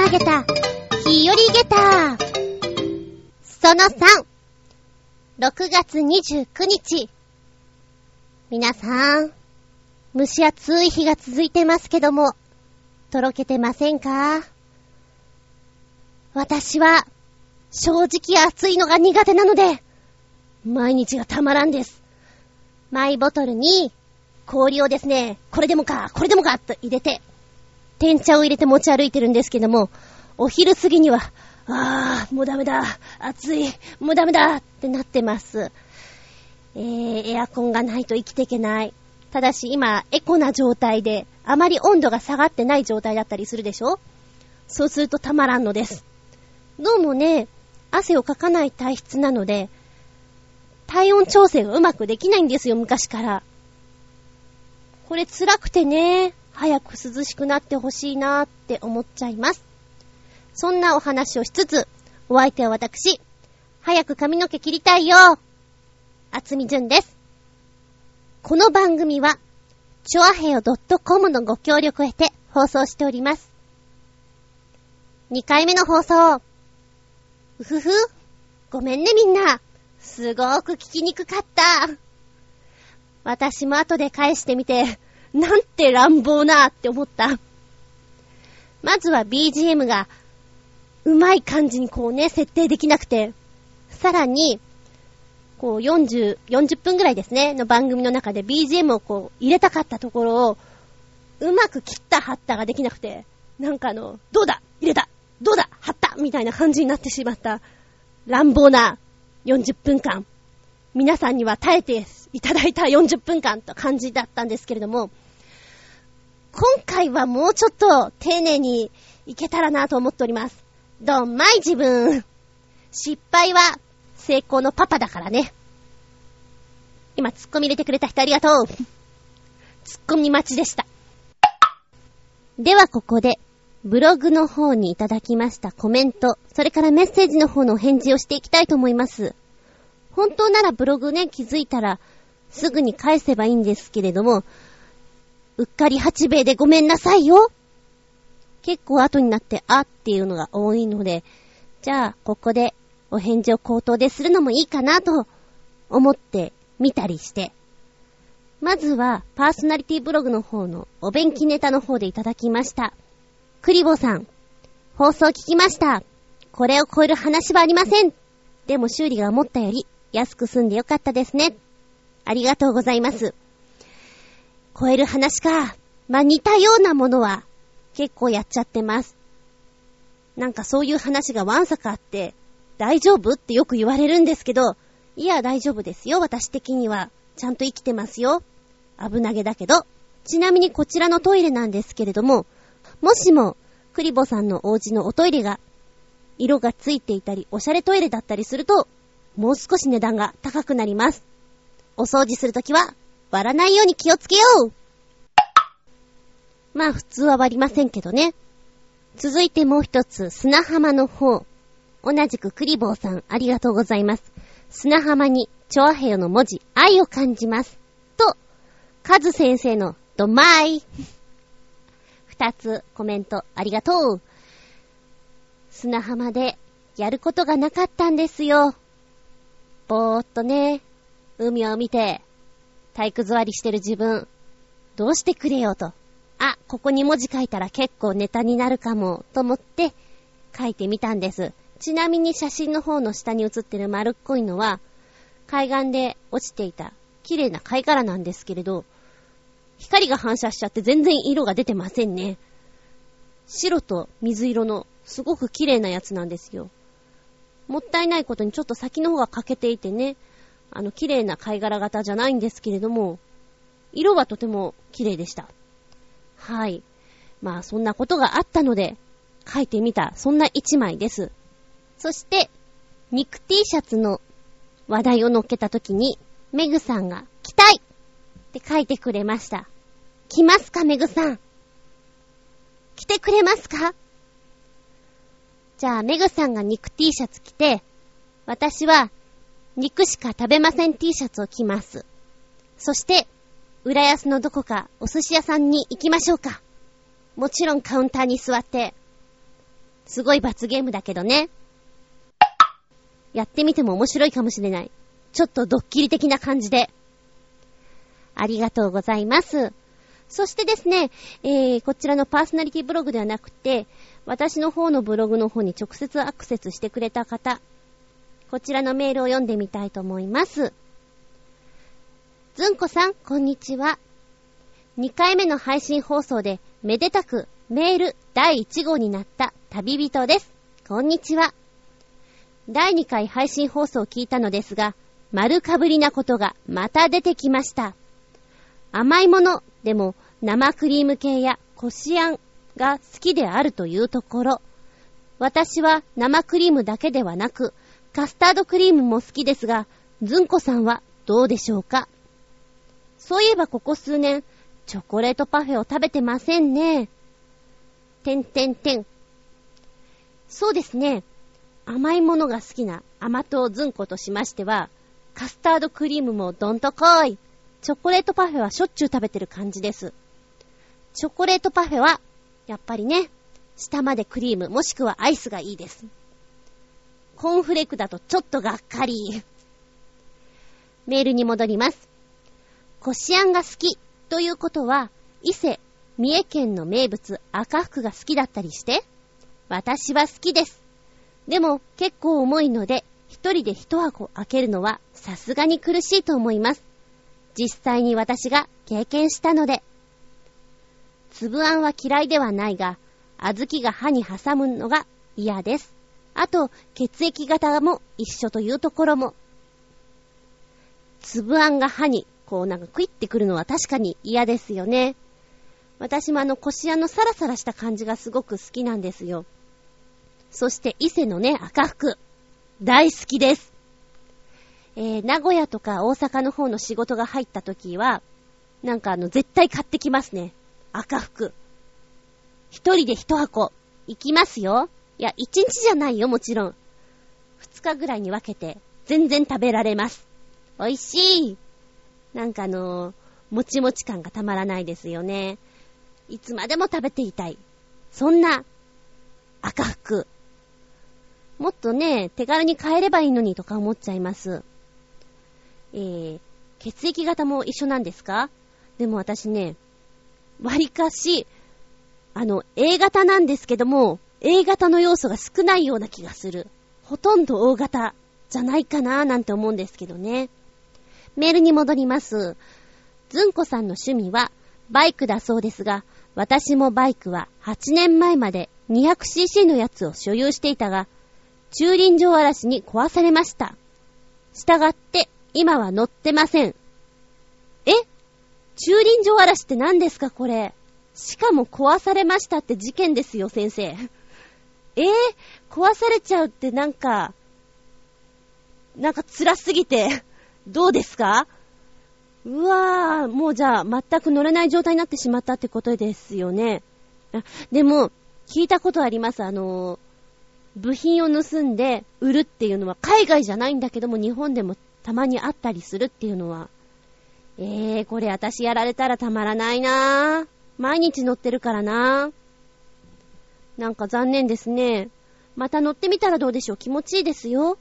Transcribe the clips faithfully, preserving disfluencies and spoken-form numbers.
投げた日和ゲタそのさん、ろくがつにじゅうくにち。皆さん、蒸し暑い日が続いてますけども、とろけてませんか？私は正直暑いのが苦手なので毎日がたまらんです。マイボトルに氷をですね、これでもかこれでもかと入れて天茶を入れて持ち歩いてるんですけども、お昼過ぎにはあーもうダメだ、暑い、もうダメだってなってます。えー、エアコンがないと生きていけない。ただし今エコな状態であまり温度が下がってない状態だったりするでしょ。そうするとたまらんのです。どうもね、汗をかかない体質なので体温調整がうまくできないんですよ、昔から。これ辛くてね、早く涼しくなってほしいなって思っちゃいます。そんなお話をしつつ、お相手は私、早く髪の毛切りたいよ、あつみじゅんです。この番組はチョアヘヨ .com のご協力を得て放送しております。にかいめの放送、うふふ、ごめんねみんな、すごく聞きにくかった。私も後で返してみて、なんて乱暴なって思った。まずは ビージーエム がうまい感じにこうね、設定できなくて、さらにこうよんじゅう、よんじゅっぷんぐらいですねの番組の中で ビージーエム をこう入れたかったところをうまく切った貼ったができなくて、なんかあのどうだ入れた、どうだ貼ったみたいな感じになってしまった乱暴なよんじゅっぷんかん、皆さんには耐えていただいたよんじゅっぷんかんと感じだったんですけれども、今回はもうちょっと丁寧にいけたらなと思っております。どんまい自分、失敗は成功のパパだからね。今ツッコミ入れてくれた人ありがとう。ツッコミ待ちでした。ではここでブログの方にいただきましたコメント、それからメッセージの方のお返事をしていきたいと思います。本当ならブログね、気づいたらすぐに返せばいいんですけれども、うっかり八兵衛でごめんなさいよ。結構後になってあっていうのが多いので、じゃあここでお返事を口頭でするのもいいかなと思ってみたりして、まずはパーソナリティブログの方のお勉強ネタの方でいただきました。クリボさん、放送聞きました。これを超える話はありません。でも修理が思ったより安く済んでよかったですね。ありがとうございます。超える話か。まあ、似たようなものは結構やっちゃってます。なんかそういう話がわんさかあって大丈夫ってよく言われるんですけど、いや大丈夫ですよ、私的にはちゃんと生きてますよ。危なげだけど。ちなみにこちらのトイレなんですけれども、もしもクリボさんのお家のおトイレが色がついていたりおしゃれトイレだったりすると、もう少し値段が高くなります。お掃除するときは割らないように気をつけよう。まあ普通は割りませんけどね。続いてもう一つ、砂浜の方。同じくクリボーさん、ありがとうございます。砂浜にチョアヘヨの文字、愛を感じます。と、カズ先生のドマイ。二つコメントありがとう。砂浜でやることがなかったんですよ。ぼーっとね、海を見て体育座りしてる自分、どうしてくれよと。あ、ここに文字書いたら結構ネタになるかもと思って書いてみたんです。ちなみに写真の方の下に写ってる丸っこいのは海岸で落ちていた綺麗な貝殻なんですけれど、光が反射しちゃって全然色が出てませんね。白と水色のすごく綺麗なやつなんですよ。もったいないことにちょっと先の方が欠けていてね、あの綺麗な貝殻型じゃないんですけれども、色はとても綺麗でした。はい。まあそんなことがあったので書いてみた、そんな一枚です。そして肉 T シャツの話題を乗っけたときにメグさんが着たいって書いてくれました。着ますかメグさん、着てくれますか？じゃあメグさんが肉 T シャツ着て、私は肉しか食べません T シャツを着ます。そして浦安のどこかお寿司屋さんに行きましょうか。もちろんカウンターに座ってすごい罰ゲームだけどね。やってみても面白いかもしれない。ちょっとドッキリ的な感じで。ありがとうございます。そしてですね、えー、こちらのパーソナリティブログではなくて、私の方のブログの方に直接アクセスしてくれた方、こちらのメールを読んでみたいと思います。ずんこさん、こんにちは。にかいめの配信放送でめでたくメールだいいち号になった旅人です。こんにちは。だいにかい配信放送を聞いたのですが、丸かぶりなことがまた出てきました。甘いものでも生クリーム系やこしあんが好きであるというところ、私は生クリームだけではなくカスタードクリームも好きですが、ずんこさんはどうでしょうか。そういえばここ数年チョコレートパフェを食べてませんね。てんてんてん。そうですね。甘いものが好きな甘党ずんことしましては、カスタードクリームもどんとこい。チョコレートパフェはしょっちゅう食べてる感じです。チョコレートパフェはやっぱりね、下までクリームもしくはアイスがいいです。コーンフレークだとちょっとがっかり。メールに戻ります。こしあんが好きということは、伊勢、三重県の名物赤福が好きだったりして、私は好きです。でも結構重いので、一人で一箱開けるのはさすがに苦しいと思います。実際に私が経験したので。粒あんは嫌いではないが、小豆が歯に挟むのが嫌です。あと、血液型も一緒というところも。粒あんが歯にこうなんかクイってくるのは確かに嫌ですよね。私もあのこしあんのサラサラした感じがすごく好きなんですよ。そして伊勢のね、赤福大好きです。えー、名古屋とか大阪の方の仕事が入った時はなんかあの絶対買ってきますね。赤福一人で一箱行きますよ。いや一日じゃないよ、もちろん二日ぐらいに分けて全然食べられます。美味しい。なんかあのー、もちもち感がたまらないですよね。いつまでも食べていたい、そんな赤福。もっとね、手軽に買えればいいのにとか思っちゃいます。えー、血液型も一緒なんですか？でも私ね、割かしあの A 型なんですけども、 A 型の要素が少ないような気がする。ほとんど O 型じゃないかななんて思うんですけどね。メールに戻ります。ずんこさんの趣味はバイクだそうですが、私もバイクははちねんまえまで にひゃくシーシー のやつを所有していたが、駐輪場荒らしに壊されました。したがって今は乗ってません。え？駐輪場荒らしって何ですかこれ。しかも壊されましたって事件ですよ先生。えー、壊されちゃうってなんかなんか辛すぎてどうですか？うわー、もうじゃあ全く乗れない状態になってしまったってことですよね。あ、でも聞いたことあります。あの部品を盗んで売るっていうのは海外じゃないんだけども日本でもたまにあったりするっていうのは、えー、これ私やられたらたまらないなー。毎日乗ってるからな。なんか残念ですね。また乗ってみたらどうでしょう。気持ちいいですよ。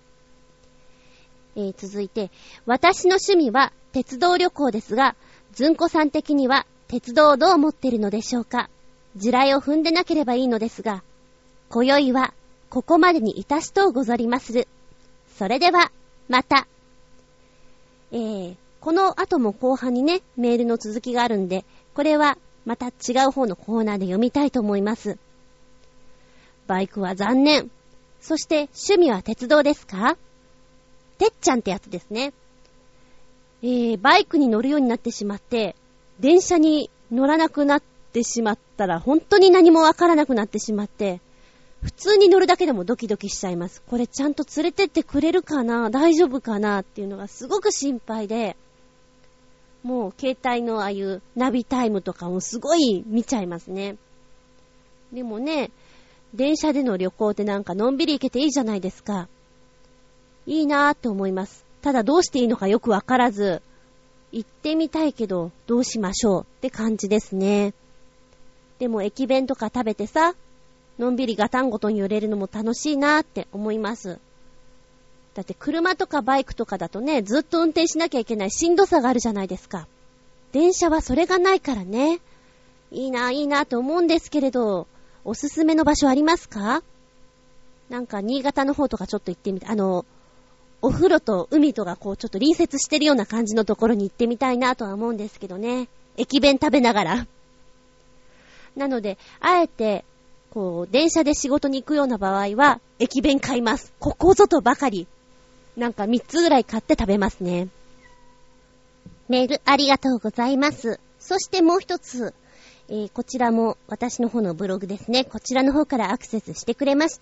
えー、続いて、私の趣味は鉄道旅行ですが、ずんこさん的には鉄道をどう思っているのでしょうか。地雷を踏んでなければいいのですが、今宵はここまでにいたしとうござりまする。それではまた。えー、この後も後半にねメールの続きがあるんで、これはまた違う方のコーナーで読みたいと思います。バイクは残念。そして趣味は鉄道ですか？てっちゃんってやつですね。えー、バイクに乗るようになってしまって電車に乗らなくなってしまったら本当に何もわからなくなってしまって、普通に乗るだけでもドキドキしちゃいます。これちゃんと連れてってくれるかな、大丈夫かなっていうのがすごく心配で、もう携帯のああいうナビタイムとかもすごい見ちゃいますね。でもね、電車での旅行ってなんかのんびり行けていいじゃないですか。いいなーって思います。ただどうしていいのかよくわからず、行ってみたいけどどうしましょうって感じですね。でも駅弁とか食べてさ、 のんびりガタンゴトン揺れるのも楽しいなって思います。だって車とかバイクとかだとね、ずっと運転しなきゃいけないしんどさがあるじゃないですか。電車はそれがないからね。いいな、いいなと思うんですけれど、おすすめの場所ありますか？なんか新潟の方とかちょっと行ってみたい。あの、お風呂と海とかこうちょっと隣接してるような感じのところに行ってみたいなとは思うんですけどね。駅弁食べながら。なので、あえて、こう、電車で仕事に行くような場合は、駅弁買います。ここぞとばかり。なんかみっつぐらい買って食べますね。メールありがとうございます。そしてもう一つ、えー、こちらも私の方のブログですね。こちらの方からアクセスしてくれました。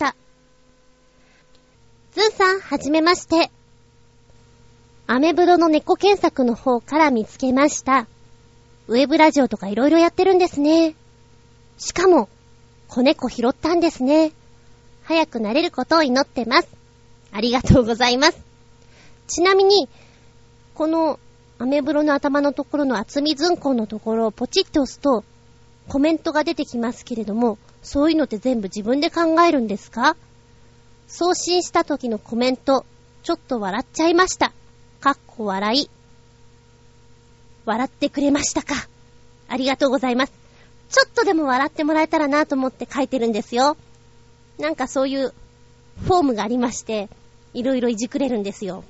ズーさん、はじめまして。アメブロの猫検索の方から見つけました。ウェブラジオとかいろいろやってるんですね。しかも、子猫拾ったんですね。早くなれることを祈ってます。ありがとうございます。ちなみに、このアメブロの頭のところの厚みずんこのところをポチッと押すとコメントが出てきますけれども、そういうのって全部自分で考えるんですか？送信した時のコメント、ちょっと笑っちゃいました。かっこ笑い。笑ってくれましたか？ありがとうございます。ちょっとでも笑ってもらえたらなと思って書いてるんですよ。なんかそういうフォームがありまして、いろいろいじくれるんですよ。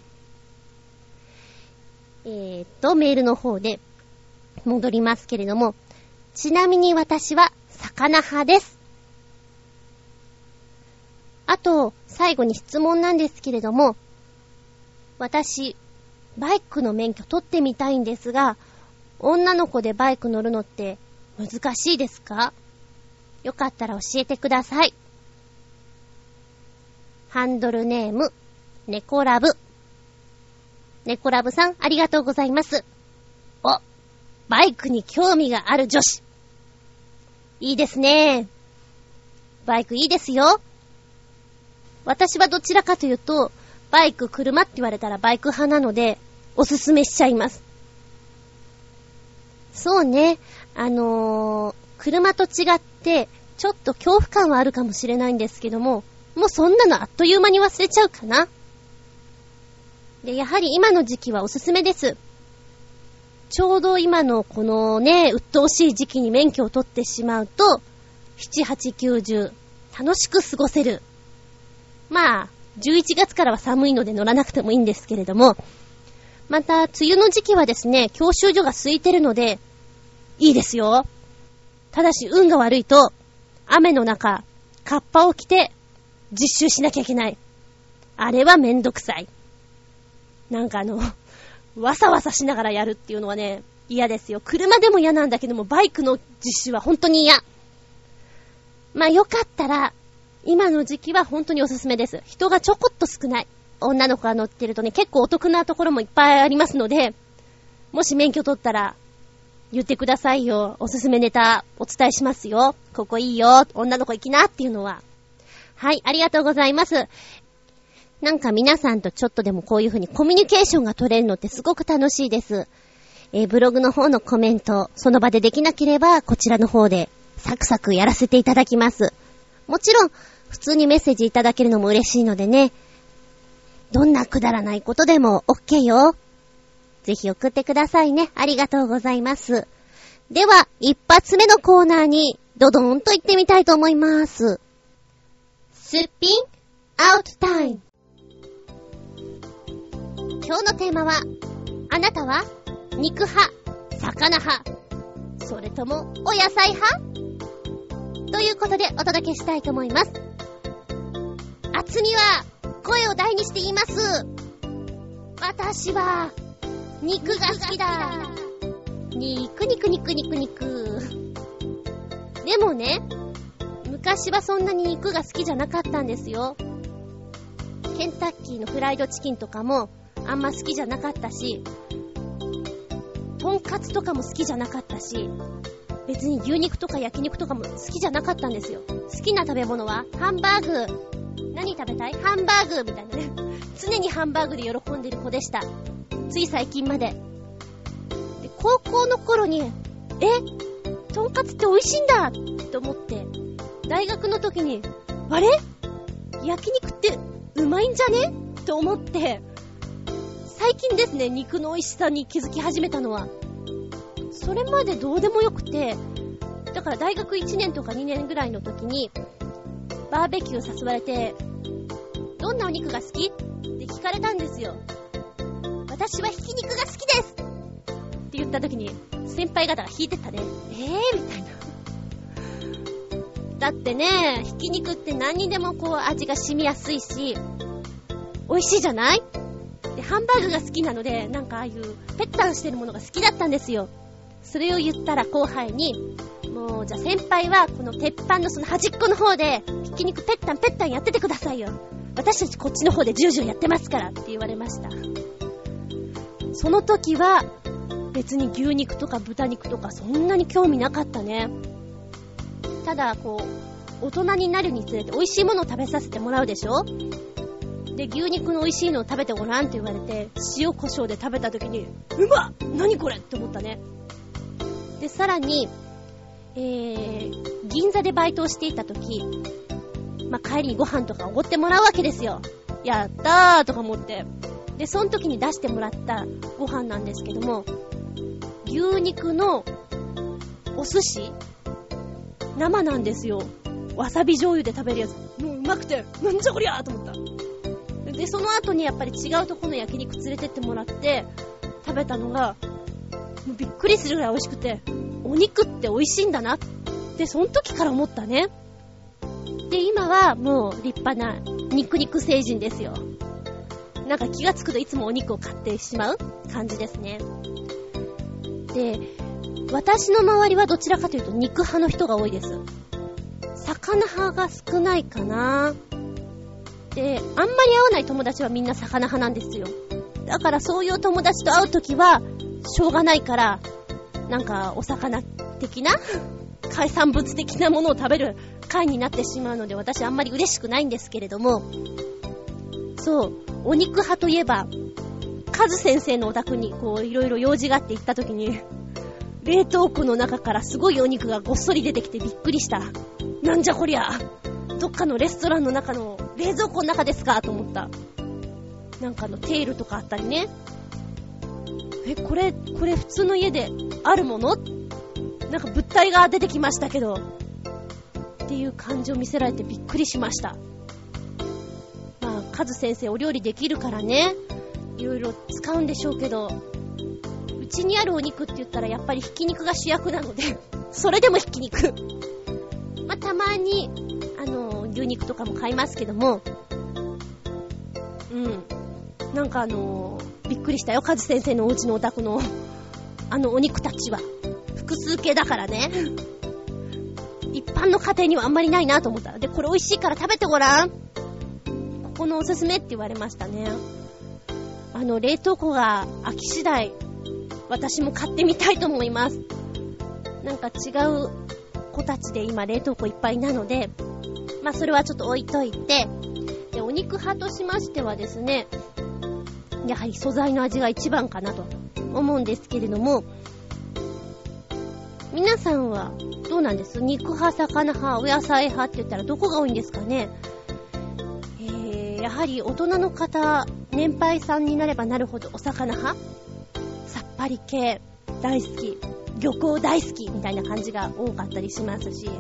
えーっと、メールの方で戻りますけれども、ちなみに私は魚派です。あと、最後に質問なんですけれども、私、バイクの免許取ってみたいんですが、女の子でバイク乗るのって難しいですか？よかったら教えてください。ハンドルネーム、猫ラブ。猫ラブさん、ありがとうございます。お、バイクに興味がある女子。いいですね。バイクいいですよ。私はどちらかというと、バイク、車って言われたらバイク派なので、おすすめしちゃいます。そうね、あのー、車と違って、ちょっと恐怖感はあるかもしれないんですけども、もうそんなのあっという間に忘れちゃうかな。で、やはり今の時期はおすすめです。ちょうど今のこのね、鬱陶しい時期に免許を取ってしまうと、なな、はち、きゅう、じゅう、楽しく過ごせる。まあ、じゅういちがつからは寒いので乗らなくてもいいんですけれども、また、梅雨の時期はですね、教習所が空いてるので、いいですよ。ただし、運が悪いと、雨の中、カッパを着て、実習しなきゃいけない。あれはめんどくさい。なんかあの、わさわさしながらやるっていうのはね、嫌ですよ。車でも嫌なんだけども、バイクの実習は本当に嫌。まあよかったら、今の時期は本当におすすめです。人がちょこっと少ない。女の子が乗ってるとね、結構お得なところもいっぱいありますので、もし免許取ったら、言ってくださいよ。おすすめネタお伝えしますよ。ここいいよ。女の子行きなっていうのは。はい、ありがとうございます。なんか皆さんとちょっとでもこういう風にコミュニケーションが取れるのってすごく楽しいです。えー、ブログの方のコメント、その場でできなければこちらの方でサクサクやらせていただきます。もちろん普通にメッセージいただけるのも嬉しいのでね。どんなくだらないことでも OK よ。ぜひ送ってくださいね。ありがとうございます。では一発目のコーナーにドドーンと行ってみたいと思います。すっぴんアウトタイム。今日のテーマは、あなたは肉派、魚派、それともお野菜派ということでお届けしたいと思います。あつみは声を大にして言います。私は肉が好きだ。肉肉肉肉肉。でもね、昔はそんなに肉が好きじゃなかったんですよ。ケンタッキーのフライドチキンとかもあんま好きじゃなかったし、とんかつとかも好きじゃなかったし、別に牛肉とか焼肉とかも好きじゃなかったんですよ。好きな食べ物はハンバーグ。何食べたい？ハンバーグみたいなね。常にハンバーグで喜んでる子でした。つい最近まで。で、高校の頃に、え？とんかつって美味しいんだと思って、 大学の時に、あれ？焼肉ってうまいんじゃね？と思って、最近ですね、肉の美味しさに気づき始めたのは。それまでどうでもよくて、だから大学いちねんとかにねんぐらいの時に、バーベキュー誘われて、どんなお肉が好き？って聞かれたんですよ。私はひき肉が好きですって言った時に、先輩方が引いてたね。えーみたいな。だってね、ひき肉って何にでもこう味が染みやすいし、美味しいじゃない？で、ハンバーグが好きなので、なんかああいうペッタンしてるものが好きだったんですよ。それを言ったら後輩に、もうじゃあ先輩はこの鉄板のその端っこの方でひき肉ペッタンペッタンやっててくださいよ。私たちこっちの方でジュージューやってますからって言われました。その時は別に牛肉とか豚肉とかそんなに興味なかったね。ただこう大人になるにつれて美味しいものを食べさせてもらうでしょ。で、牛肉の美味しいのを食べてごらんって言われて、塩コショウで食べた時に、うまっ！何これって思ったね。で、さらに、えー、銀座でバイトをしていた時、まあ、帰りにご飯とかおごってもらうわけですよ。やったーとか思って。で、その時に出してもらったご飯なんですけども、牛肉のお寿司生なんですよ。わさび醤油で食べるやつ。もううまくて、なんじゃこりゃーと思った。で、その後にやっぱり違うところの焼肉連れてってもらって食べたのが、もうびっくりするぐらい美味しくて、お肉って美味しいんだなってその時から思ったね。で、今はもう立派な肉肉成人ですよ。なんか気がつくといつもお肉を買ってしまう感じですね。で、私の周りはどちらかというと肉派の人が多いです。魚派が少ないかな。で、あんまり会わない友達はみんな魚派なんですよ。だからそういう友達と会うときはしょうがないから、なんかお魚的な海産物的なものを食べる会になってしまうので、私あんまり嬉しくないんですけれども、そう、お肉派といえばカズ先生のお宅にこういろいろ用事があって行ったときに、冷凍庫の中からすごいお肉がごっそり出てきてびっくりした。なんじゃこりゃ、どっかのレストランの中の冷蔵庫の中ですかと思った。なんかのテールとかあったりね。え、これこれ普通の家であるもの？なんか物体が出てきましたけどっていう感じを見せられてびっくりしました。まあカズ先生お料理できるからね、いろいろ使うんでしょうけど、うちにあるお肉って言ったらやっぱりひき肉が主役なのでそれでもひき肉まあたまにあの牛肉とかも買いますけども、うんなんかあのー、びっくりしたよ。カズ先生のお家のお宅のあのお肉たちは複数形だからね、一般の家庭にはあんまりないなと思った。で、これ美味しいから食べてごらん、ここのおすすめって言われましたね。あの冷凍庫が空き次第私も買ってみたいと思います。なんか違う子たちで今冷凍庫いっぱいなので、まあそれはちょっと置いといて、でお肉派としましてはですね、やはり素材の味が一番かなと思うんですけれども、皆さんはどうなんです？肉派、魚派、お野菜派って言ったらどこが多いんですかね。えー、やはり大人の方、年配さんになればなるほどお魚派、さっぱり系大好き、漁港大好きみたいな感じが多かったりしますし、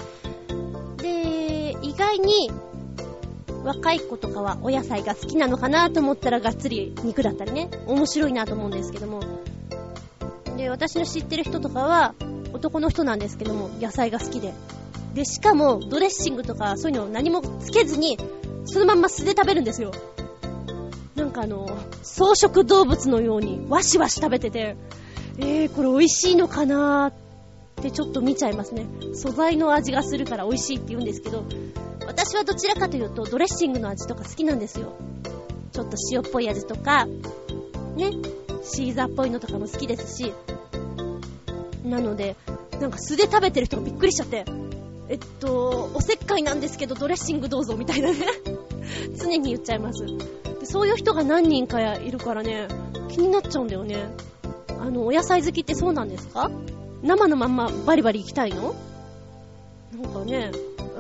で意外に若い子とかはお野菜が好きなのかなと思ったらがっつり肉だったりね、面白いなと思うんですけども、で私の知ってる人とかは男の人なんですけども野菜が好きで、でしかもドレッシングとかそういうのを何もつけずにそのまんま素で食べるんですよ。なんかあの草食動物のようにワシワシ食べてて、えーこれ美味しいのかなってちょっと見ちゃいますね。素材の味がするから美味しいって言うんですけど、私はどちらかというとドレッシングの味とか好きなんですよ。ちょっと塩っぽい味とかね、シーザーっぽいのとかも好きですし、なのでなんか素で食べてる人がびっくりしちゃって、えっとおせっかいなんですけどドレッシングどうぞみたいなね常に言っちゃいます。でそういう人が何人かいるからね、気になっちゃうんだよね。あのお野菜好きってそうなんですか？生のまんまバリバリいきたいの？なんかね、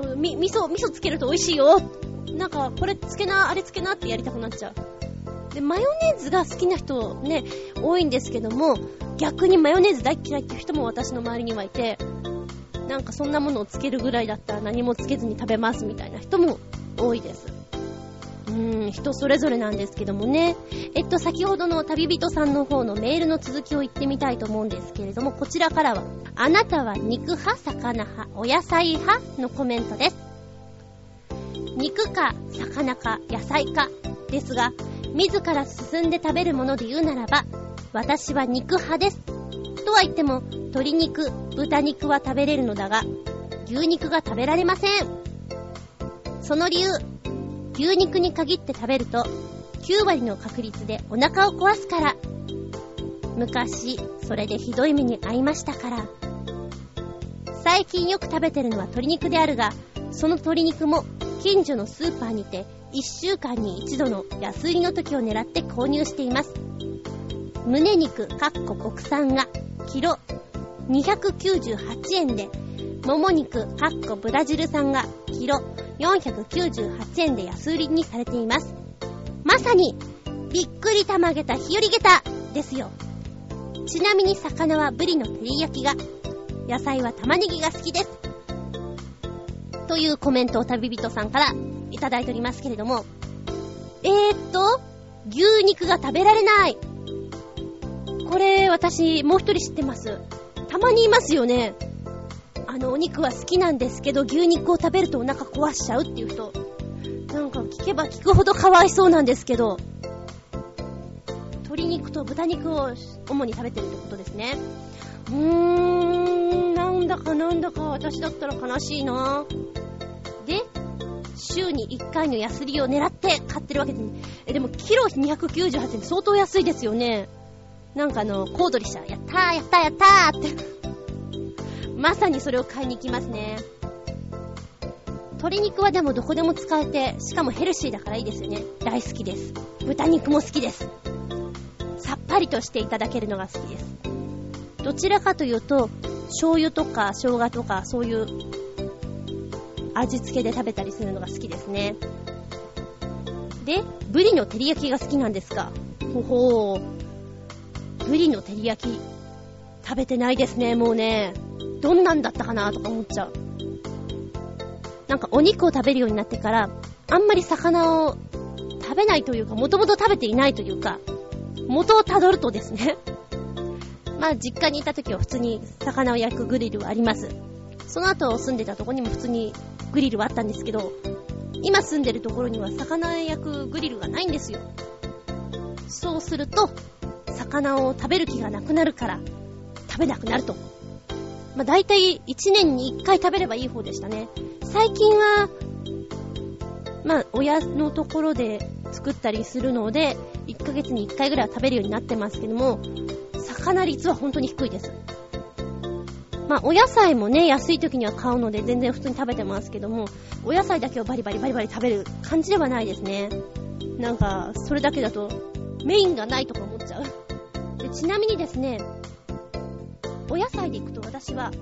み、味噌、味噌つけると美味しいよ。なんか、これつけな、あれつけなってやりたくなっちゃう。で、マヨネーズが好きな人ね、多いんですけども、逆にマヨネーズ大嫌いっていう人も私の周りにはいて、なんかそんなものをつけるぐらいだったら何もつけずに食べますみたいな人も多いです。うーん、人それぞれなんですけどもね。えっと、先ほどの旅人さんの方のメールの続きを言ってみたいと思うんですけれども、こちらからは、あなたは肉派、魚派、お野菜派のコメントです。肉か、魚か、野菜か、ですが、自ら進んで食べるもので言うならば、私は肉派です。とは言っても、鶏肉、豚肉は食べれるのだが、牛肉が食べられません。その理由、牛肉に限って食べるときゅうわりの確率でお腹を壊すから。昔それでひどい目に遭いましたから。最近よく食べてるのは鶏肉であるが、その鶏肉も近所のスーパーにていっしゅうかんに一度の安売りの時を狙って購入しています。胸肉かっこ国産がキロにひゃくきゅうじゅうはちえんで、もも肉かっこブラジル産がキロよんひゃくきゅうじゅうはちえんで安売りにされています。まさにびっくりたまげた日和げたですよ。ちなみに魚はブリの照り焼きが、野菜は玉ねぎが好きです。というコメントを旅人さんからいただいておりますけれども、えーっと牛肉が食べられない、これ私もう一人知ってます。たまにいますよね。あのお肉は好きなんですけど牛肉を食べるとお腹壊しちゃうっていう人、なんか聞けば聞くほどかわいそうなんですけど、鶏肉と豚肉を主に食べてるってことですね。うーん、なんだかなんだか私だったら悲しいな。で、週にいっかいの安売りを狙って買ってるわけですね。えでもキロにひゃくきゅうじゅうはちえん相当安いですよね。なんかあの小躍りしたらやったーやったーやったーってまさにそれを買いに行きますね。鶏肉はでもどこでも使えて、しかもヘルシーだからいいですよね。大好きです。豚肉も好きです。さっぱりとしていただけるのが好きです。どちらかというと醤油とか生姜とかそういう味付けで食べたりするのが好きですね。で、ブリの照り焼きが好きなんですか。ほほー、ブリの照り焼き食べてないですね。もうね、どんなんだったかなとか思っちゃう。なんかお肉を食べるようになってからあんまり魚を食べないというか、もともと食べていないというか、元をたどるとですねまあ実家にいた時は普通に魚を焼くグリルはあります。その後住んでたところにも普通にグリルはあったんですけど、今住んでるところには魚焼くグリルがないんですよ。そうすると魚を食べる気がなくなるから食べなくなると。まあ大体いちねんにいっかい食べればいい方でしたね。最近はまあ親のところで作ったりするのでいっかげつにいっかいぐらいは食べるようになってますけども、魚率は本当に低いです。まあお野菜もね安い時には買うので全然普通に食べてますけども、お野菜だけをバリバリバリバリ食べる感じではないですね。なんかそれだけだとメインがないとか思っちゃう。でちなみにですね、お野菜でいくと私は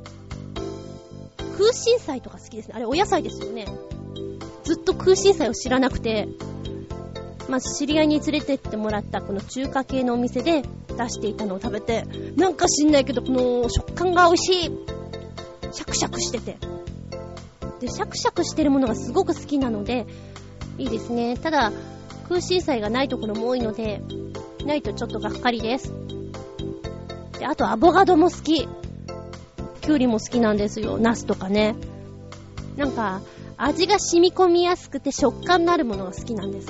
空心菜とか好きですね。あれお野菜ですよね。ずっと空心菜を知らなくて、まあ知り合いに連れてってもらったこの中華系のお店で出していたのを食べて、なんか知んないけどこの食感が美味しい、シャクシャクしてて、でシャクシャクしてるものがすごく好きなのでいいですね。ただ空心菜がないところも多いので、ないとちょっとがっかりです。であとアボカドも好き、キュウリも好きなんですよ。ナスとかね、なんか味が染み込みやすくて食感のあるものが好きなんです。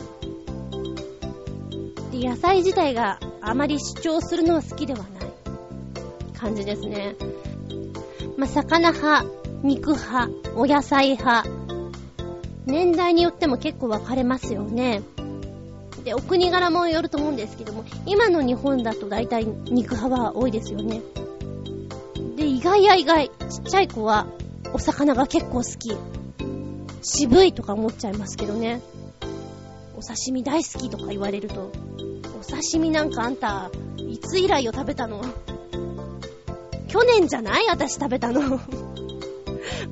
で野菜自体があまり主張するのは好きではない感じですね。まあ、魚派、肉派、お野菜派、年代によっても結構分かれますよね。でお国柄もよると思うんですけども、今の日本だと大体肉派は多いですよね。で意外や意外、ちっちゃい子はお魚が結構好き、渋いとか思っちゃいますけどね。お刺身大好きとか言われると、お刺身なんかあんたいつ以来を食べたの？去年じゃない？私食べたの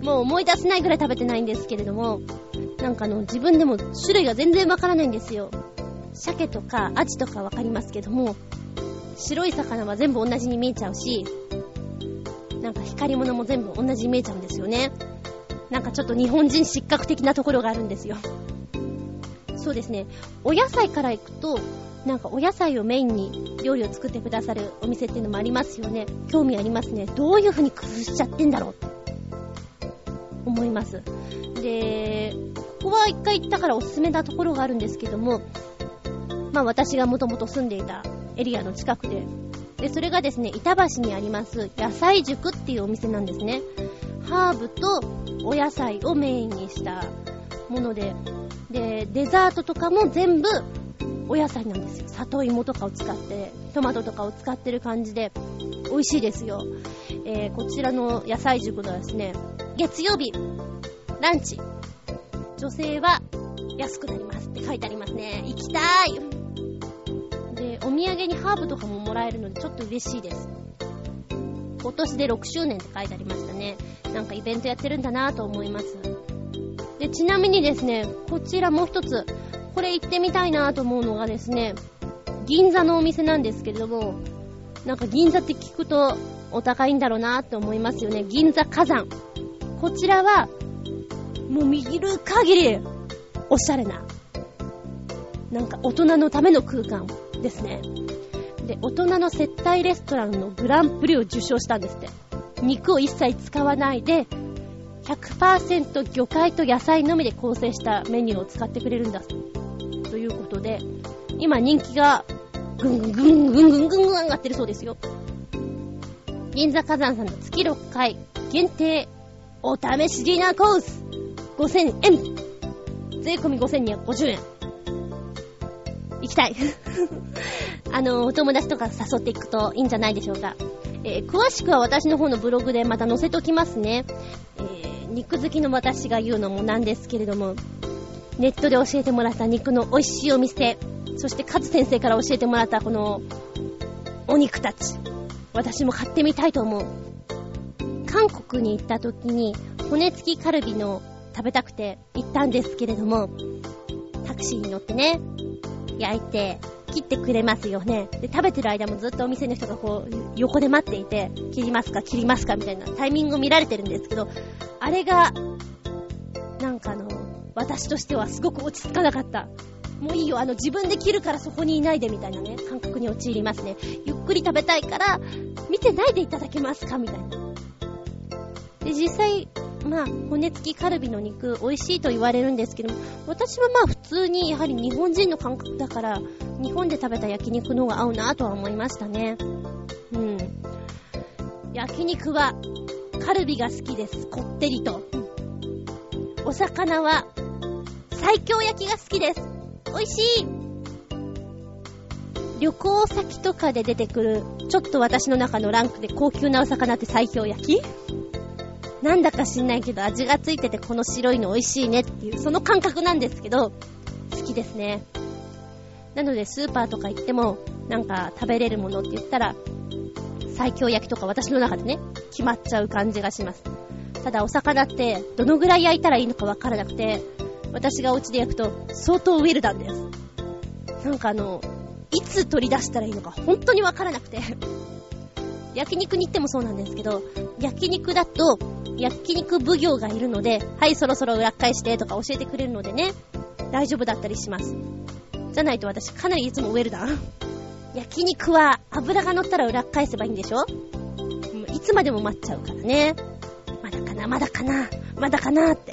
もう思い出せないぐらい食べてないんですけれども、なんかあの自分でも種類が全然わからないんですよ。鮭とかアジとかわかりますけども、白い魚は全部同じに見えちゃうし、なんか光り物も全部同じに見えちゃうんですよね。なんかちょっと日本人失格的なところがあるんですよ。そうですね、お野菜からいくと、なんかお野菜をメインに料理を作ってくださるお店っていうのもありますよね。興味ありますね。どういう風に工夫しちゃってんだろうって思います。で、ここは一回行ったからおすすめなところがあるんですけども、まあ私がもともと住んでいたエリアの近くで、でそれがですね、板橋にあります野菜塾っていうお店なんですね。ハーブとお野菜をメインにしたもので、でデザートとかも全部お野菜なんですよ。里芋とかを使って、トマトとかを使ってる感じで美味しいですよ。えー、こちらの野菜塾ではですね、月曜日ランチ女性は安くなりますって書いてありますね。行きたい。でお土産にハーブとかももらえるのでちょっと嬉しいです。今年でろくしゅうねんって書いてありましたね。なんかイベントやってるんだなと思います。でちなみにですね、こちらもう一つこれ行ってみたいなと思うのがですね、銀座のお店なんですけれども、なんか銀座って聞くとお高いんだろうなって思いますよね。銀座火山、こちらはもう見る限りおしゃれな、なんか大人のための空間ですね。で大人の接待レストランのグランプリを受賞したんですって。肉を一切使わないで ひゃくパーセント 魚介と野菜のみで構成したメニューを使ってくれるんだということで、今人気がぐんぐんぐんぐんぐんぐん上がってるそうですよ。銀座火山さんの月ろっかい限定お試しディナーコースごせんえん、税込みごせんにひゃくごじゅうえん。行きたいあのお友達とか誘っていくといいんじゃないでしょうか。えー、詳しくは私の方のブログでまた載せときますね。えー、肉好きの私が言うのもなんですけれども、ネットで教えてもらった肉の美味しいお店、そしてカズ先生から教えてもらったこのお肉たち、私も買ってみたいと思う。韓国に行った時に骨付きカルビの食べたくて行ったんですけれども、タクシーに乗ってね、焼いて切ってくれますよね。で食べてる間もずっとお店の人がこう横で待っていて、切りますか切りますかみたいなタイミングを見られてるんですけど、あれがなんかあの私としてはすごく落ち着かなかった。もういいよ、あの自分で切るからそこにいないでみたいなね、感覚に陥りますね。ゆっくり食べたいから見てないでいただけますかみたいな。で実際まあ骨付きカルビの肉美味しいと言われるんですけども、私はまあ普通にやはり日本人の感覚だから日本で食べた焼肉の方が合うなとは思いましたね。うん。焼肉はカルビが好きです。こってりと。お魚は西京焼きが好きです。美味しい。旅行先とかで出てくるちょっと私の中のランクで高級なお魚って西京焼き？なんだか知んないけど味がついててこの白いの美味しいねっていうその感覚なんですけど、好きですね。なのでスーパーとか行ってもなんか食べれるものって言ったら西京焼きとか私の中でね決まっちゃう感じがします。ただお魚ってどのぐらい焼いたらいいのかわからなくて、私がお家で焼くと相当ウェルダンです。なんかあのいつ取り出したらいいのか本当にわからなくて焼肉に行ってもそうなんですけど、焼肉だと焼肉奉行がいるので、はいそろそろ裏返してとか教えてくれるのでね、大丈夫だったりします。じゃないと私かなりいつもウェルダン。焼肉は油が乗ったら裏返せばいいんでしょ。いつまでも待っちゃうからね。まだかなまだかなまだかなって。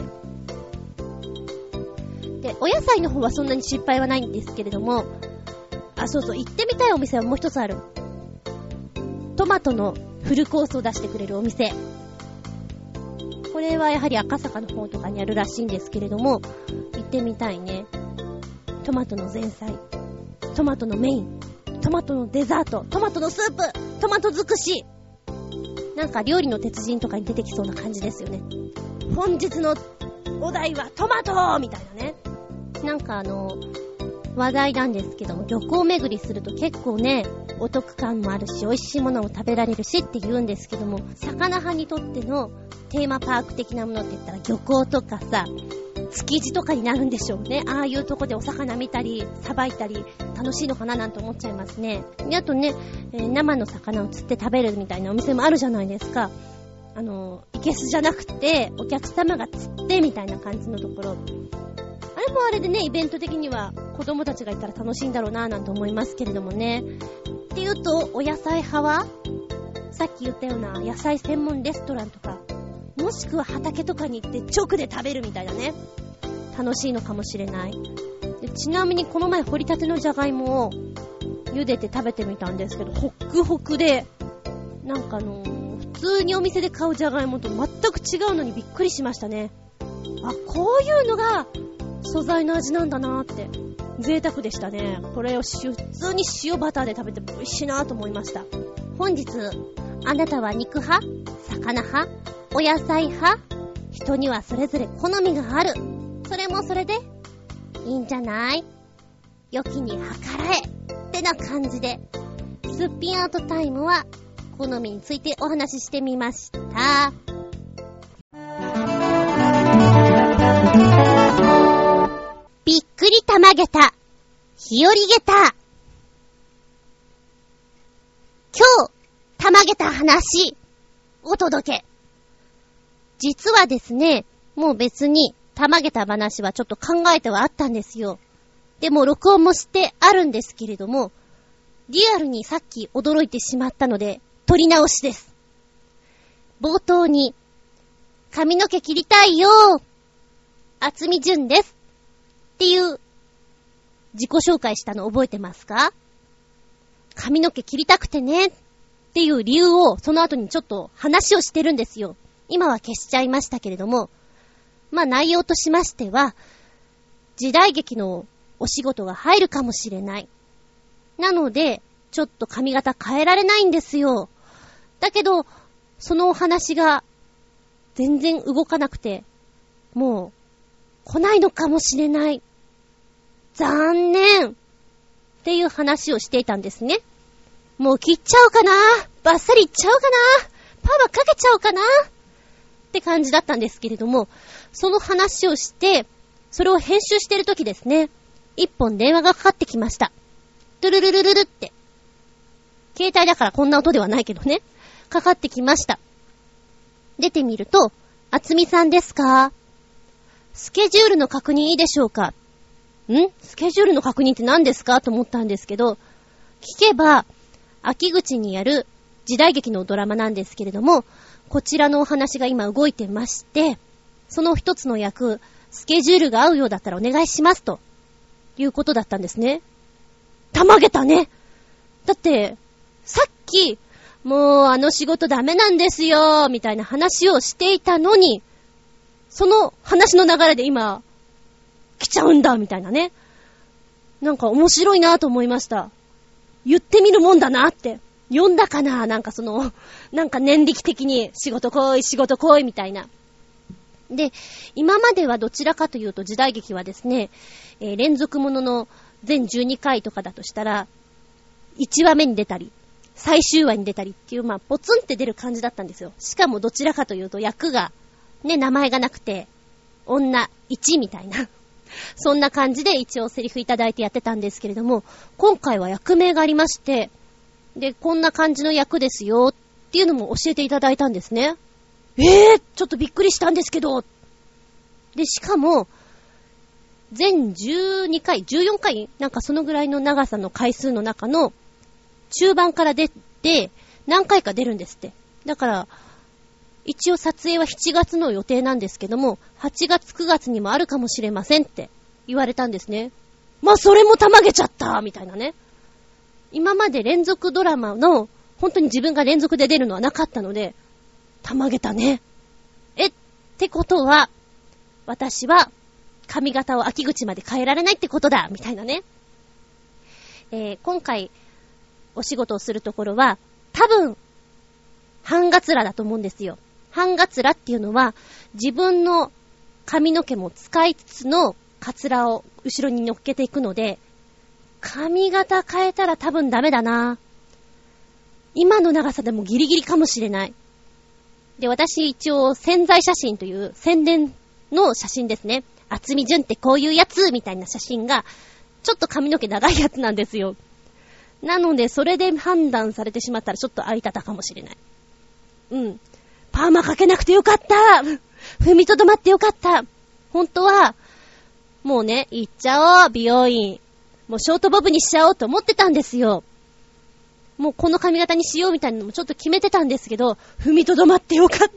でお野菜の方はそんなに失敗はないんですけれども、あそうそう、行ってみたいお店はもう一つある。トマトのフルコースを出してくれるお店。これはやはり赤坂の方とかにあるらしいんですけれども、行ってみたいね。トマトの前菜、トマトのメイン、トマトのデザート、トマトのスープ、トマト尽くし。なんか料理の鉄人とかに出てきそうな感じですよね。本日のお題はトマトみたいなね。なんかあの話題なんですけども、漁港巡りすると結構ねお得感もあるし美味しいものを食べられるしって言うんですけども、魚派にとってのテーマパーク的なものって言ったら漁港とかさ、築地とかになるんでしょうね。ああいうとこでお魚見たりさばいたり楽しいのかななんて思っちゃいますね。であとね、えー、生の魚を釣って食べるみたいなお店もあるじゃないですか。あのいけすじゃなくてお客様が釣ってみたいな感じのところ、あれもあれでね、イベント的には子供たちがいたら楽しいんだろうななんて思いますけれどもね。っていうと、お野菜派はさっき言ったような野菜専門レストランとか、もしくは畑とかに行って直で食べるみたいなね、楽しいのかもしれない。でちなみにこの前掘りたてのじゃがいもを茹でて食べてみたんですけど、ホックホクで、なんかあのー、普通にお店で買うじゃがいもと全く違うのにびっくりしましたね。あ、こういうのが素材の味なんだなーって、贅沢でしたね。これを普通に塩バターで食べて美味しいなと思いました。本日あなたは肉派、魚派、お野菜派、人にはそれぞれ好みがある。それもそれでいいんじゃない？良きに計らえってな感じで、すっぴんアートタイムは好みについてお話ししてみました。びっくりたまげた日和げた。今日たまげた話お届け。実はですね、もう別にたまげた話はちょっと考えてはあったんですよ。でも録音もしてあるんですけれども、リアルにさっき驚いてしまったので撮り直しです。冒頭に髪の毛切りたいよー、あつみじゅんですっていう自己紹介したの覚えてますか？髪の毛切りたくてねっていう理由をその後にちょっと話をしてるんですよ。今は消しちゃいましたけれども、まあ内容としましては、時代劇のお仕事が入るかもしれない。なので、ちょっと髪型変えられないんですよ。だけど、そのお話が全然動かなくて、もう来ないのかもしれない。残念っていう話をしていたんですね。もう切っちゃおうかな、バッサリいっちゃおうかな、パーマかけちゃおうかなって感じだったんですけれども、その話をして、それを編集してる時ですね、一本電話がかかってきました。トゥルルルルルって。携帯だからこんな音ではないけどね。かかってきました。出てみると、あつみさんですか？スケジュールの確認いいでしょうか？ん？スケジュールの確認って何ですかと思ったんですけど、聞けば、秋口にやる時代劇のドラマなんですけれども、こちらのお話が今動いてまして、その一つの役、スケジュールが合うようだったらお願いしますということだったんですね。たまげたね。だってさっきもうあの仕事ダメなんですよみたいな話をしていたのに、その話の流れで今来ちゃうんだみたいなね。なんか面白いなと思いました。言ってみるもんだなって。読んだかな、なんかそのなんか念力的に仕事来い仕事来いみたいな。で、今まではどちらかというと時代劇はですね、えー、連続ものの全じゅうにかいとかだとしたらいちわめに出たり最終話に出たりっていう、まあポツンって出る感じだったんですよ。しかもどちらかというと役がね、名前がなくて女いちみたいなそんな感じで一応セリフいただいてやってたんですけれども、今回は役名がありまして、でこんな感じの役ですよっていうのも教えていただいたんですね。えー、ちょっとびっくりしたんですけど、でしかも全じゅうにかいじゅうよんかいなんかそのぐらいの長さの回数の中の中盤から出て何回か出るんですって。だから一応撮影はしちがつの予定なんですけども、はちがつくがつにもあるかもしれませんって言われたんですね。まあそれもたまげちゃったみたいなね。今まで連続ドラマの本当に自分が連続で出るのはなかったので、たまげたね。えってことは私は髪型を秋口まで変えられないってことだみたいなね。えー、今回お仕事をするところは多分半ガツラだと思うんですよ。半ガツラっていうのは自分の髪の毛も使いつつのカツラを後ろに乗っけていくので、髪型変えたら多分ダメだな。今の長さでもギリギリかもしれない。 で、私一応宣材写真という宣伝の写真ですね。厚み純ってこういうやつみたいな写真が、ちょっと髪の毛長いやつなんですよ。なので、それで判断されてしまったらちょっと空いたたかもしれない。うん。パーマかけなくてよかった。踏みとどまってよかった。本当は、もうね、行っちゃおう、美容院。もうショートボブにしちゃおうと思ってたんですよ。もうこの髪型にしようみたいなのもちょっと決めてたんですけど、踏みとどまってよかった。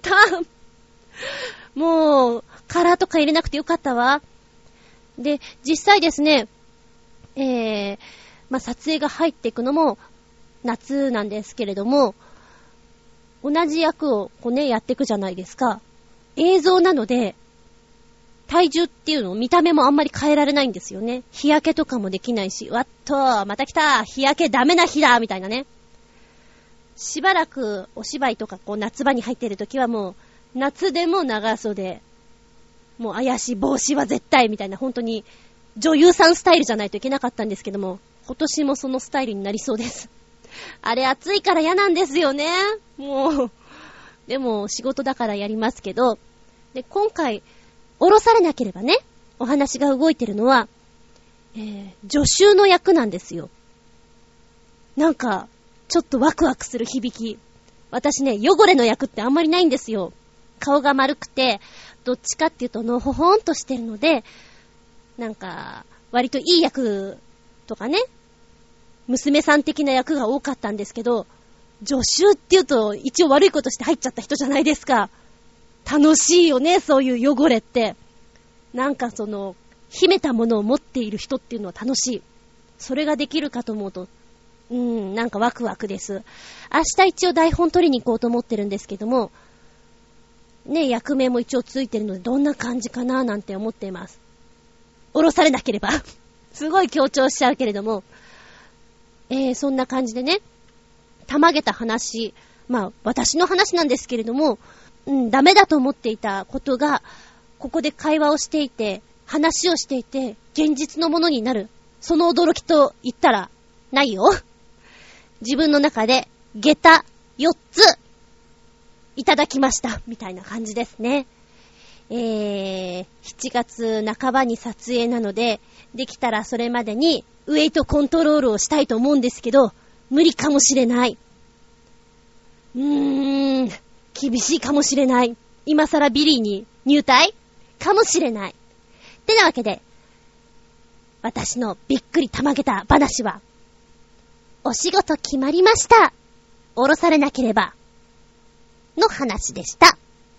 もう、カラーとか入れなくてよかったわ。で、実際ですね、えー、まあ、撮影が入っていくのも夏なんですけれども、同じ役をこうね、やっていくじゃないですか。映像なので、体重っていうのを見た目もあんまり変えられないんですよね。日焼けとかもできないし、わっと、また来た、日焼けダメな日だみたいなね。しばらくお芝居とかこう夏場に入っているときはもう、夏でも長袖、もう怪しい帽子は絶対みたいな、本当に女優さんスタイルじゃないといけなかったんですけども、今年もそのスタイルになりそうです。あれ暑いから嫌なんですよね。もう、でも仕事だからやりますけど、で、今回、降ろされなければね、お話が動いてるのは、えー、助手の役なんですよ。なんか、ちょっとワクワクする響き。私ね、汚れの役ってあんまりないんですよ。顔が丸くて、どっちかっていうとのほほんとしてるので、なんか、割といい役とかね、娘さん的な役が多かったんですけど、助手っていうと一応悪いことして入っちゃった人じゃないですか。楽しいよね、そういう汚れって。なんかその、秘めたものを持っている人っていうのは楽しい。それができるかと思うと、うーん、なんかワクワクです。明日一応台本取りに行こうと思ってるんですけども、ね、役名も一応ついてるので、どんな感じかななんて思っています。降ろされなければ。すごい強調しちゃうけれども、えー、そんな感じでね、たまげた話、まあ、私の話なんですけれども、うん、ダメだと思っていたことが、ここで会話をしていて、話をしていて、現実のものになる。その驚きと言ったら、ないよ。自分の中で、下駄よっつ、いただきました。みたいな感じですね。えー、しちがつなかばに撮影なので、できたらそれまでに、ウェイトコントロールをしたいと思うんですけど、無理かもしれない。うーん、厳しいかもしれない。今更ビリーに入隊かもしれない。ってなわけで、私のびっくりたまげた話は、お仕事決まりました。降ろされなければ、の話でした。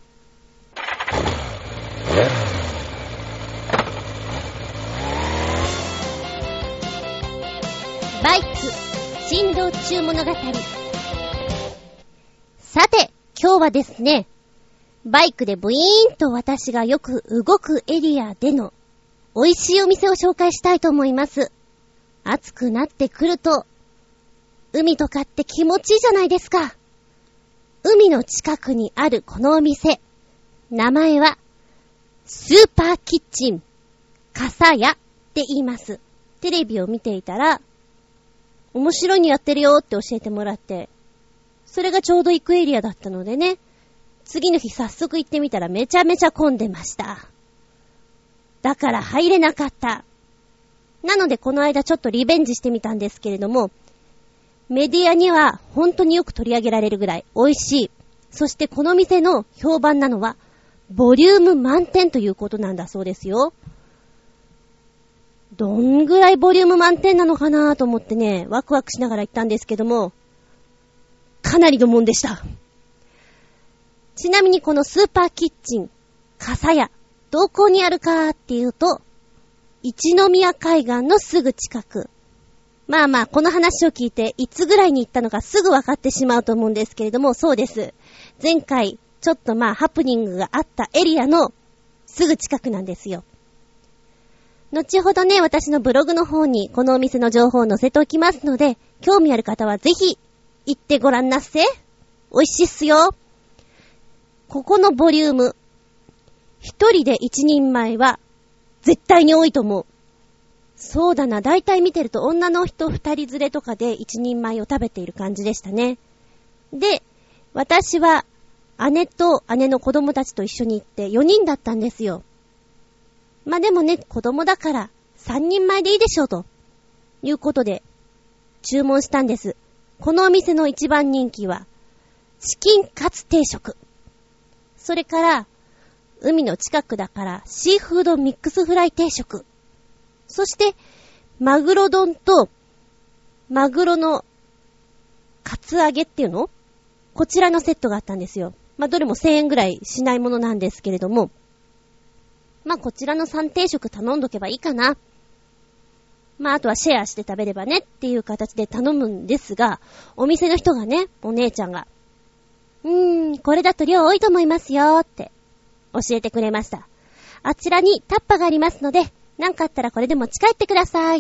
バイク振動中物語。さて、今日はですね、バイクでブイーンと私がよく動くエリアでの美味しいお店を紹介したいと思います。暑くなってくると、海とかって気持ちいいじゃないですか。海の近くにあるこのお店、名前はスーパーキッチン笠屋って言います。テレビを見ていたら、面白いにやってるよって教えてもらって、それがちょうど行くエリアだったのでね、次の日早速行ってみたらめちゃめちゃ混んでました。だから入れなかった。なのでこの間ちょっとリベンジしてみたんですけれども、メディアには本当によく取り上げられるぐらい美味しい。そしてこの店の評判なのはボリューム満点ということなんだそうですよ。どんぐらいボリューム満点なのかなと思ってね、ワクワクしながら行ったんですけども、かなりのもんでした。ちなみにこのスーパーキッチン笠屋、どこにあるかっていうと、一宮海岸のすぐ近く。まあまあこの話を聞いていつぐらいに行ったのかすぐ分かってしまうと思うんですけれども、そうです。前回ちょっとまあハプニングがあったエリアのすぐ近くなんですよ。後ほどね、私のブログの方にこのお店の情報を載せておきますので、興味ある方はぜひ行ってごらんなっせ。美味しいっすよ。ここのボリューム、一人で一人前は絶対に多いと思う。そうだな、だいたい見てると女の人二人連れとかで一人前を食べている感じでしたね。で、私は姉と姉の子供たちと一緒に行ってよにんだったんですよ。まあでもね、子供だからさんにんまえでいいでしょうということで注文したんです。このお店の一番人気はチキンカツ定食。それから海の近くだからシーフードミックスフライ定食。そしてマグロ丼とマグロのカツ揚げっていうの？こちらのセットがあったんですよ。まあどれもせんえんぐらいしないものなんですけれども、まあこちらのさん定食頼んどけばいいかな。まああとはシェアして食べればねっていう形で頼むんですが、お店の人がね、お姉ちゃんがうーん、これだと量多いと思いますよって教えてくれました。あちらにタッパがありますので、なんかあったらこれで持ち帰ってくださいって。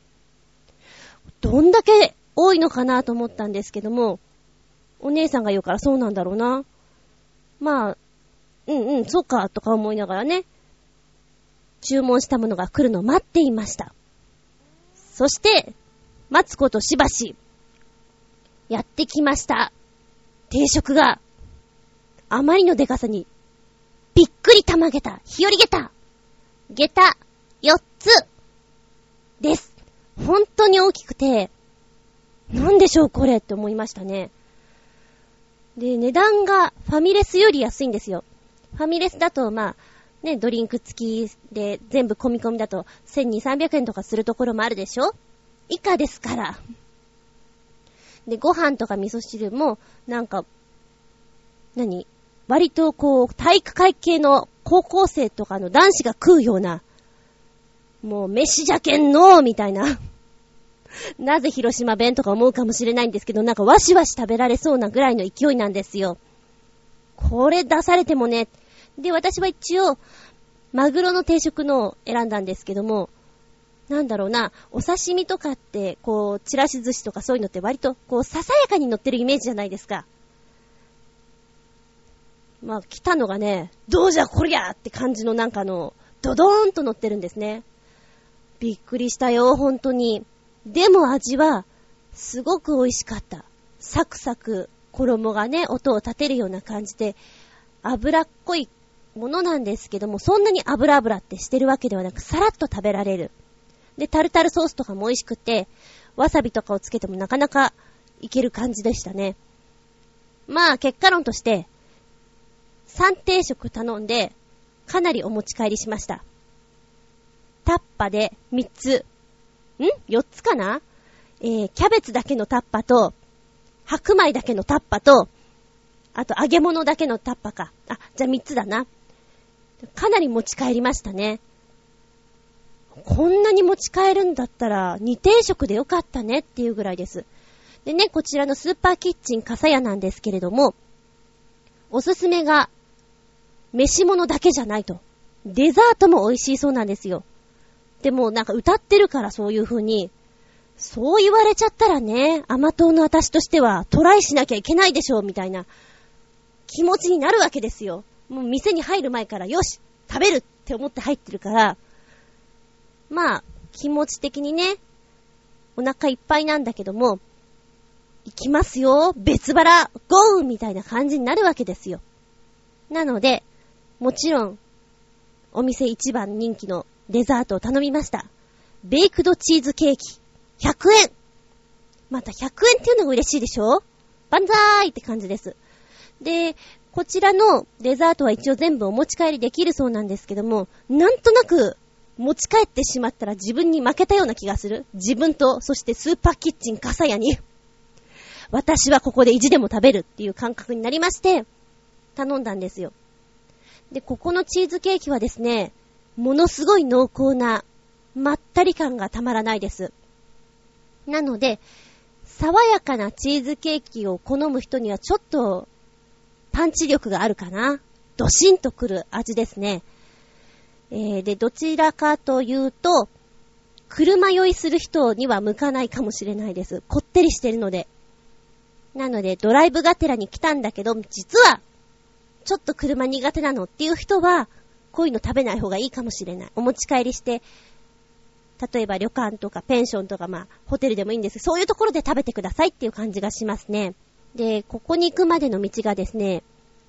どんだけ多いのかなと思ったんですけども、お姉さんが言うからそうなんだろうな。まあ、うんうん、そうかとか思いながらね、注文したものが来るのを待っていました。そして、待つことしばし、やってきました。定食が、あまりのでかさに、びっくりたまげた、日和げた、げた、よっつ、です。本当に大きくて、なんでしょうこれって思いましたね。で、値段がファミレスより安いんですよ。ファミレスだと、まあ、ね、ドリンク付きで全部込み込みだとせんにひゃく、さんびゃくえんとかするところもあるでしょ？以下ですから。で、ご飯とか味噌汁も、なんか、何？割とこう、体育会系の高校生とかの男子が食うような、もう飯じゃけんのーみたいな。なぜ広島弁とか思うかもしれないんですけど、なんかわしわし食べられそうなぐらいの勢いなんですよ。これ出されてもね。で、私は一応、マグロの定食のを選んだんですけども、なんだろうな、お刺身とかって、こう、ちらし寿司とかそういうのって割と、こう、ささやかに乗ってるイメージじゃないですか。まあ、来たのがね、どうじゃこりゃって感じのなんかの、ドドーンと乗ってるんですね。びっくりしたよ、本当に。でも味は、すごく美味しかった。サクサク、衣がね、音を立てるような感じで、脂っこいものなんですけども、そんなに油油ってしてるわけではなく、さらっと食べられる。で、タルタルソースとかも美味しくて、わさびとかをつけてもなかなかいける感じでしたね。まあ、結果論として、さん定食頼んで、かなりお持ち帰りしました。タッパでみっつ、ん ?よっ つかな、えー、キャベツだけのタッパと、白米だけのタッパと、あと揚げ物だけのタッパか。あ、じゃあみっつだな。かなり持ち帰りましたね。こんなに持ち帰るんだったらに定食でよかったねっていうぐらいです。でね、こちらのスーパーキッチン笠屋なんですけれども、おすすめが飯物だけじゃないと。デザートも美味しいそうなんですよ。でもなんか歌ってるからそういう風に、そう言われちゃったらね、甘党の私としてはトライしなきゃいけないでしょうみたいな気持ちになるわけですよ。もう店に入る前からよし食べるって思って入ってるから、まあ気持ち的にねお腹いっぱいなんだけども、行きますよ別腹ゴーみたいな感じになるわけですよ。なのでもちろんお店一番人気のデザートを頼みました。ベイクドチーズケーキひゃくえん。またひゃくえんっていうのが嬉しいでしょ？バンザーイって感じです。で、こちらのデザートは一応全部お持ち帰りできるそうなんですけども、なんとなく持ち帰ってしまったら自分に負けたような気がする。自分と、そしてスーパーキッチン笠屋に私はここで意地でも食べるっていう感覚になりまして頼んだんですよ。で、ここのチーズケーキはですね、ものすごい濃厚なまったり感がたまらないです。なので爽やかなチーズケーキを好む人にはちょっとパンチ力があるかな。ドシンとくる味ですね。えー、でどちらかというと車酔いする人には向かないかもしれないです。こってりしてるので。なのでドライブがてらに来たんだけど、実はちょっと車苦手なのっていう人はこういうの食べない方がいいかもしれない。お持ち帰りして、例えば旅館とかペンションとか、まあホテルでもいいんです。そういうところで食べてくださいっていう感じがしますね。で、ここに行くまでの道がですね、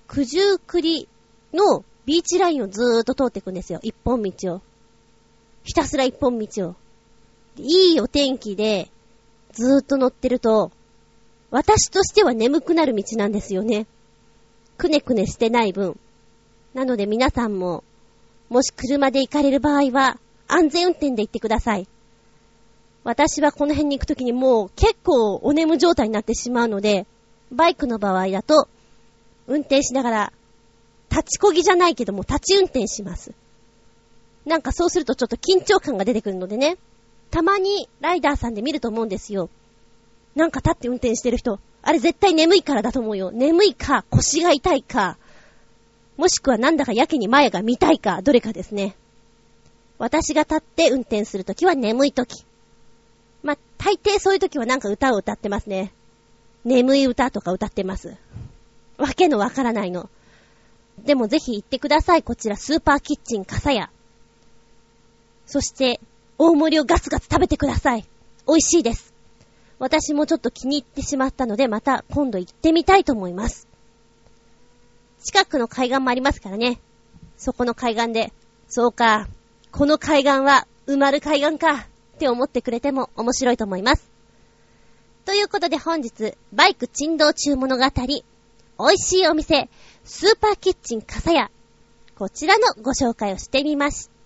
九十九里のビーチラインをずーっと通っていくんですよ。一本道を。ひたすら一本道を。いいお天気でずーっと乗ってると、私としては眠くなる道なんですよね。くねくねしてない分。なので皆さんも、もし車で行かれる場合は、安全運転で行ってください。私はこの辺に行くときにもう結構お眠状態になってしまうので、バイクの場合だと、運転しながら、立ちこぎじゃないけども立ち運転します。なんかそうするとちょっと緊張感が出てくるのでね。たまにライダーさんで見ると思うんですよ。なんか立って運転してる人。あれ絶対眠いからだと思うよ。眠いか、腰が痛いか、もしくはなんだかやけに前が見たいか、どれかですね。私が立って運転するときは眠いとき。まあ、大抵そういうときはなんか歌を歌ってますね。眠い歌とか歌ってます。わけのわからないの。でもぜひ行ってください。こちらスーパーキッチンかさや。そして大盛りをガツガツ食べてください。美味しいです。私もちょっと気に入ってしまったので、また今度行ってみたいと思います。近くの海岸もありますからね。そこの海岸で、そうか、この海岸は埋まる海岸かって思ってくれても面白いと思います。ということで本日バイク珍道中物語、美味しいお店スーパーキッチンかさや、こちらのご紹介をしてみました。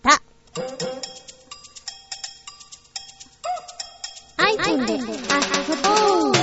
iPhone で遊ぼう。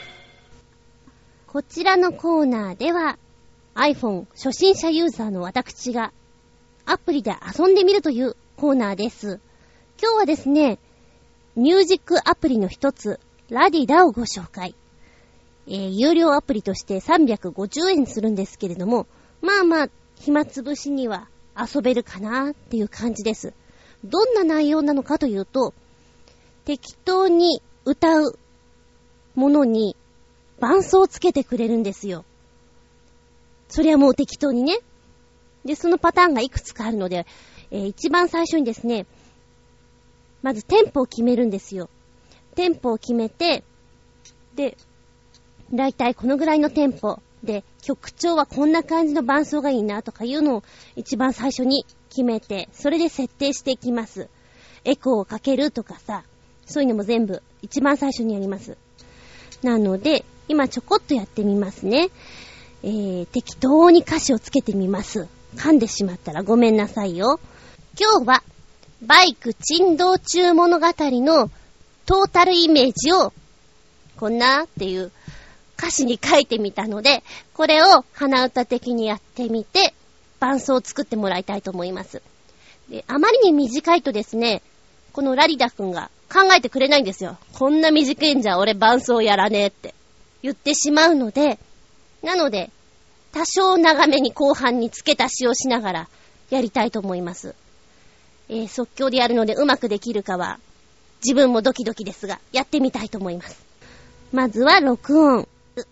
こちらのコーナーでは iPhone 初心者ユーザーの私がアプリで遊んでみるというコーナーです。今日はですね、ミュージックアプリの一つラディダをご紹介。えー、有料アプリとしてさんびゃくごじゅうえんするんですけれども、まあまあ暇つぶしには遊べるかなっていう感じです。どんな内容なのかというと、適当に歌うものに伴奏をつけてくれるんですよ。それはもう適当にね。で、そのパターンがいくつかあるので、えー、一番最初にですね、まずテンポを決めるんですよ。テンポを決めて、で、だいたいこのぐらいのテンポで、曲調はこんな感じの伴奏がいいなとかいうのを一番最初に決めて、それで設定していきます。エコーをかけるとかさ、そういうのも全部一番最初にやります。なので、今ちょこっとやってみますね。えー、適当に歌詞をつけてみます。噛んでしまったらごめんなさいよ。今日はバイク珍道中物語のトータルイメージをこんなっていう歌詞に書いてみたので、これを鼻歌的にやってみて伴奏を作ってもらいたいと思います。で、あまりに短いとですね、このラリダ君が考えてくれないんですよ。こんな短いんじゃ俺伴奏やらねえって言ってしまうので、なので多少長めに後半に付け足しをしながらやりたいと思います。えー、即興でやるのでうまくできるかは自分もドキドキですが、やってみたいと思います。まずは録音。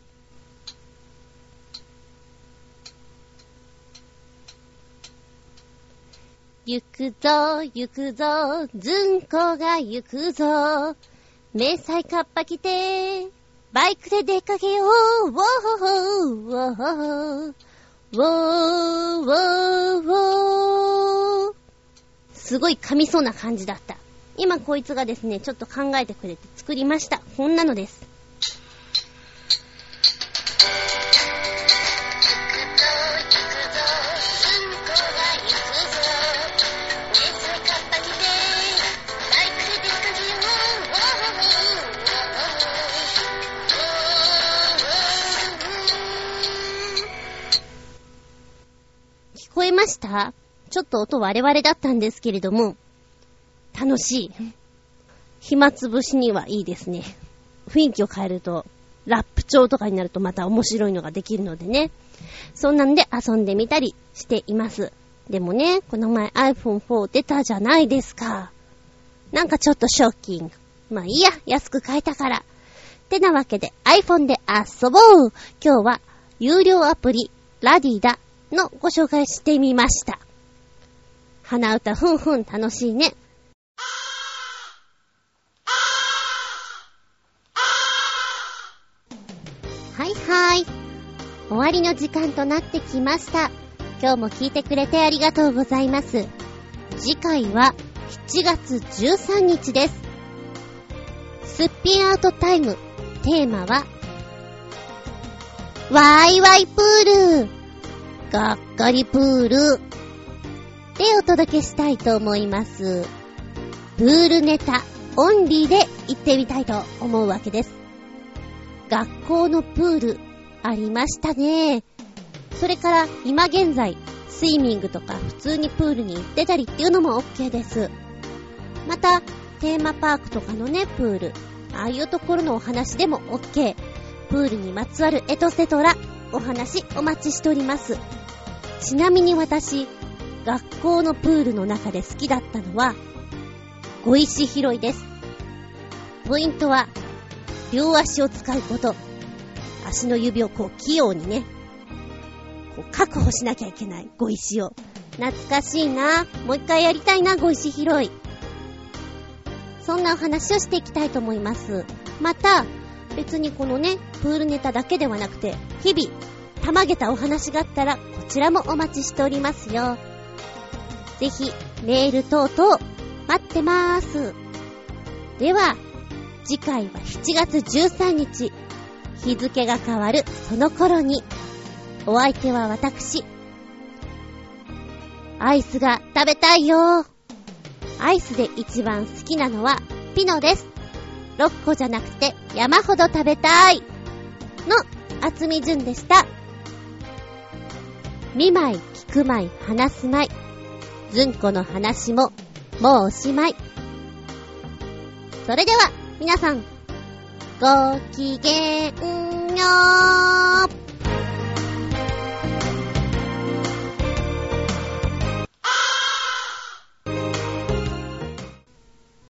行くぞ行くぞずんこが行くぞ、迷彩カッパ着てバイクで出かけよう、ウォーウォーウォーウォーウォー。すごい噛みそうな感じだった。今こいつがですね、ちょっと考えてくれて作りました。こんなのです。聞こえました？ちょっと音割れ割れだったんですけれども、楽しい。暇つぶしにはいいですね。雰囲気を変えると、ラップ調とかになるとまた面白いのができるのでね。そんなんで遊んでみたりしています。でもね、この前 アイフォンフォー 出たじゃないですか。なんかちょっとショッキング。まあいいや、安く買えたから。ってなわけで iPhone で遊ぼう。今日は有料アプリラディダのご紹介してみました。鼻歌ふんふん楽しいね。はいはい。終わわりの時間となってきました。今日も聞いてくれてありがとうございます。次回はしちがつじゅうさんにちです。すっぴんアウトタイム。テーマはワイワイプール、がっかりプールでお届けしたいと思います。プールネタオンリーで行ってみたいと思うわけです。学校のプールありましたね。それから今現在スイミングとか普通にプールに行ってたりっていうのも OK です。またテーマパークとかのねプール、ああいうところのお話でも OK。 プールにまつわるエトセトラお話お待ちしております。ちなみに私学校のプールの中で好きだったのは碁石拾いです。ポイントは両足を使うこと。足の指をこう器用にねこう確保しなきゃいけない碁石を。懐かしいな。もう一回やりたいな碁石拾い。そんなお話をしていきたいと思います。また別にこのねプールネタだけではなくて日々たまげたお話があったらこちらもお待ちしておりますよ。ぜひメール等々待ってまーす。では次回はしちがつじゅうさんにち、日付が変わるその頃に。お相手は私、アイスが食べたいよ。アイスで一番好きなのはピノです。ろっこじゃなくて山ほど食べたいの厚み順でした。見舞い聞く舞い話す舞い、ずんこの話ももうおしまい。それでは皆さんごきげんよう。